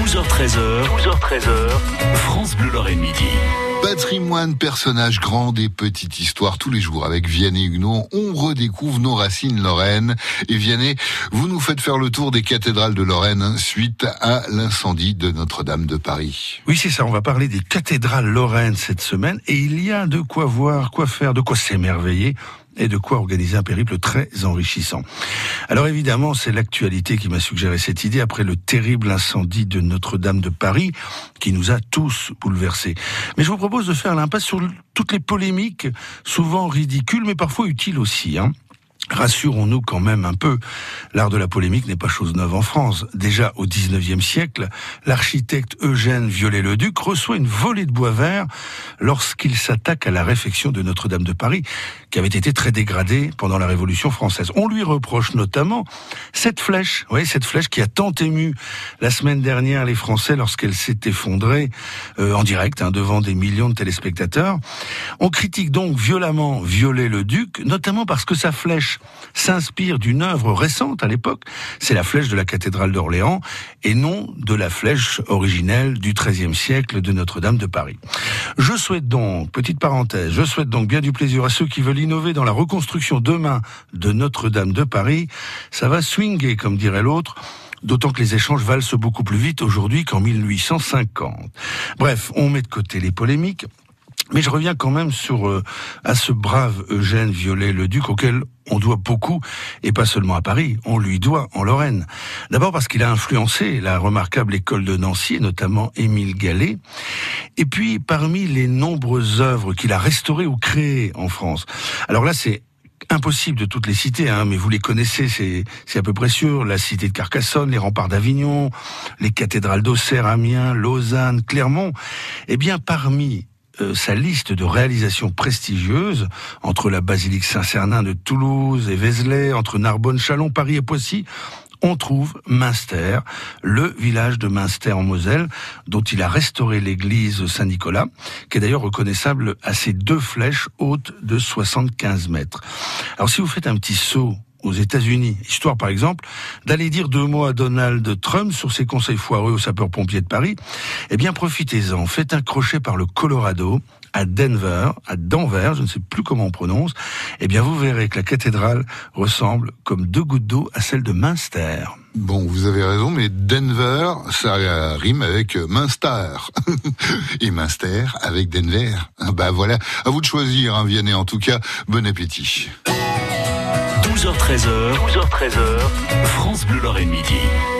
12h13h, 12h13h, France Bleu Lorraine Midi. Patrimoine, personnages, grandes et petites histoires tous les jours avec Vianney Huguenot. On redécouvre nos racines lorraines. Et Vianney, vous nous faites faire le tour des cathédrales de Lorraine suite à l'incendie de Notre-Dame de Paris. Oui, c'est ça. On va parler des cathédrales lorraines cette semaine. Et il y a de quoi voir, quoi faire, de quoi s'émerveiller et de quoi organiser un périple très enrichissant. Alors évidemment, c'est l'actualité qui m'a suggéré cette idée après le terrible incendie de Notre-Dame de Paris qui nous a tous bouleversés. Mais je vous propose de faire l'impasse sur toutes les polémiques, souvent ridicules, mais parfois utiles aussi, Rassurons-nous quand même un peu, l'art de la polémique n'est pas chose neuve en France. Déjà au XIXe siècle, l'architecte Eugène Viollet-le-Duc reçoit une volée de bois vert lorsqu'il s'attaque à la réfection de Notre-Dame de Paris, qui avait été très dégradée pendant la Révolution française. On lui reproche notamment cette flèche qui a tant ému la semaine dernière les Français lorsqu'elle s'est effondrée en direct devant des millions de téléspectateurs. On critique donc violemment Viollet-le-Duc, notamment parce que sa flèche s'inspire d'une œuvre récente à l'époque, c'est la flèche de la cathédrale d'Orléans, et non de la flèche originelle du XIIIe siècle de Notre-Dame de Paris. Je souhaite donc bien du plaisir à ceux qui veulent innover dans la reconstruction demain de Notre-Dame de Paris. Ça va swinguer, comme dirait l'autre. D'autant que les échanges valsent beaucoup plus vite aujourd'hui qu'en 1850. Bref, on met de côté les polémiques. Mais je reviens quand même à ce brave Eugène Viollet-le-Duc auquel on doit beaucoup, et pas seulement à Paris, on lui doit en Lorraine. D'abord parce qu'il a influencé la remarquable école de Nancy, et notamment Émile Gallé. Et puis parmi les nombreuses œuvres qu'il a restaurées ou créées en France. Alors là, c'est impossible de toutes les citer, mais vous les connaissez, c'est à peu près sûr. La cité de Carcassonne, les remparts d'Avignon, les cathédrales d'Auxerre, Amiens, Lausanne, Clermont. Eh bien, parmi sa liste de réalisations prestigieuses, entre la basilique Saint-Cernin de Toulouse et Vézelay, entre Narbonne, Châlons, Paris et Poissy, on trouve Münster, le village de Münster en Moselle, dont il a restauré l'église Saint-Nicolas, qui est d'ailleurs reconnaissable à ses 2 flèches hautes de 75 mètres. Alors si vous faites un petit saut aux États-Unis, histoire par exemple d'aller dire 2 mots à Donald Trump sur ses conseils foireux aux sapeurs-pompiers de Paris, eh bien profitez-en, faites un crochet par le Colorado, à Denver, je ne sais plus comment on prononce, eh bien vous verrez que la cathédrale ressemble comme 2 gouttes d'eau à celle de Münster. Bon, vous avez raison, mais Denver, ça rime avec Münster. Et Münster avec Denver. Voilà, à vous de choisir, Vianney. En tout cas, bon appétit. 12h13h, France Bleu Lorraine Midi.